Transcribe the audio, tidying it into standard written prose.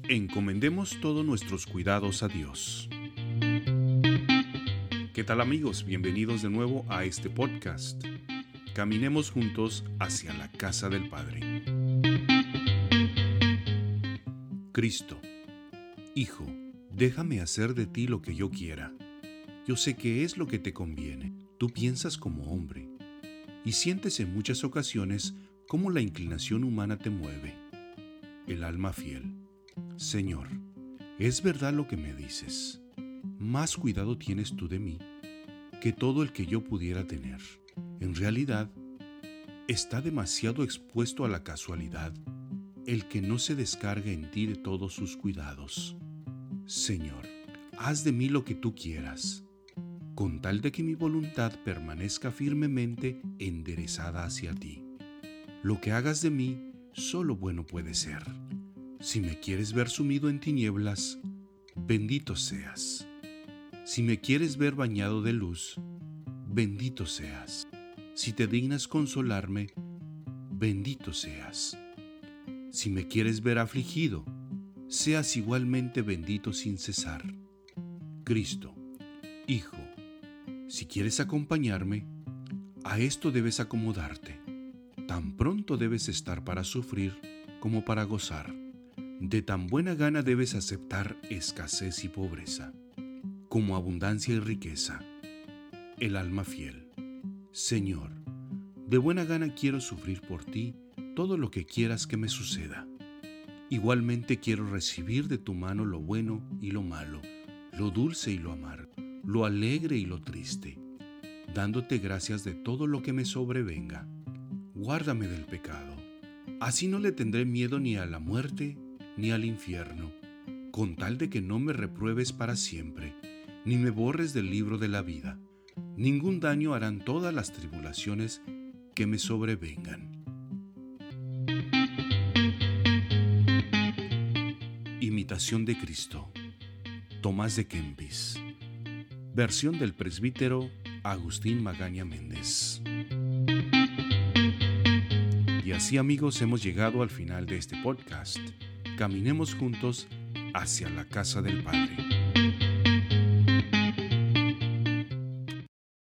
Encomendemos todos nuestros cuidados a Dios. ¿Qué tal, amigos? Bienvenidos de nuevo a este podcast. Caminemos juntos hacia la casa del Padre. Cristo, Hijo, déjame hacer de ti lo que yo quiera. Yo sé que es lo que te conviene. Tú piensas como hombre y sientes en muchas ocasiones cómo la inclinación humana te mueve. El alma fiel. Señor, es verdad lo que me dices. Más cuidado tienes tú de mí que todo el que yo pudiera tener. En realidad, está demasiado expuesto a la casualidad el que no se descarga en ti de todos sus cuidados. Señor, haz de mí lo que tú quieras, con tal de que mi voluntad permanezca firmemente enderezada hacia ti. Lo que hagas de mí, solo bueno puede ser. Si me quieres ver sumido en tinieblas, bendito seas. Si me quieres ver bañado de luz, bendito seas. Si te dignas consolarme, bendito seas. Si me quieres ver afligido, seas igualmente bendito sin cesar. Cristo, Hijo, si quieres acompañarme, a esto debes acomodarte. Tan pronto debes estar para sufrir como para gozar. De tan buena gana debes aceptar escasez y pobreza, como abundancia y riqueza. El alma fiel. Señor, de buena gana quiero sufrir por ti todo lo que quieras que me suceda. Igualmente quiero recibir de tu mano lo bueno y lo malo, lo dulce y lo amargo, lo alegre y lo triste, dándote gracias de todo lo que me sobrevenga. Guárdame del pecado. Así no le tendré miedo ni a la muerte ni al infierno, con tal de que no me repruebes para siempre, ni me borres del libro de la vida. Ningún daño harán todas las tribulaciones que me sobrevengan. Imitación de Cristo. Tomás de Kempis. Versión del presbítero Agustín Magaña Méndez. Y así, amigos, hemos llegado al final de este podcast. Caminemos juntos hacia la casa del Padre.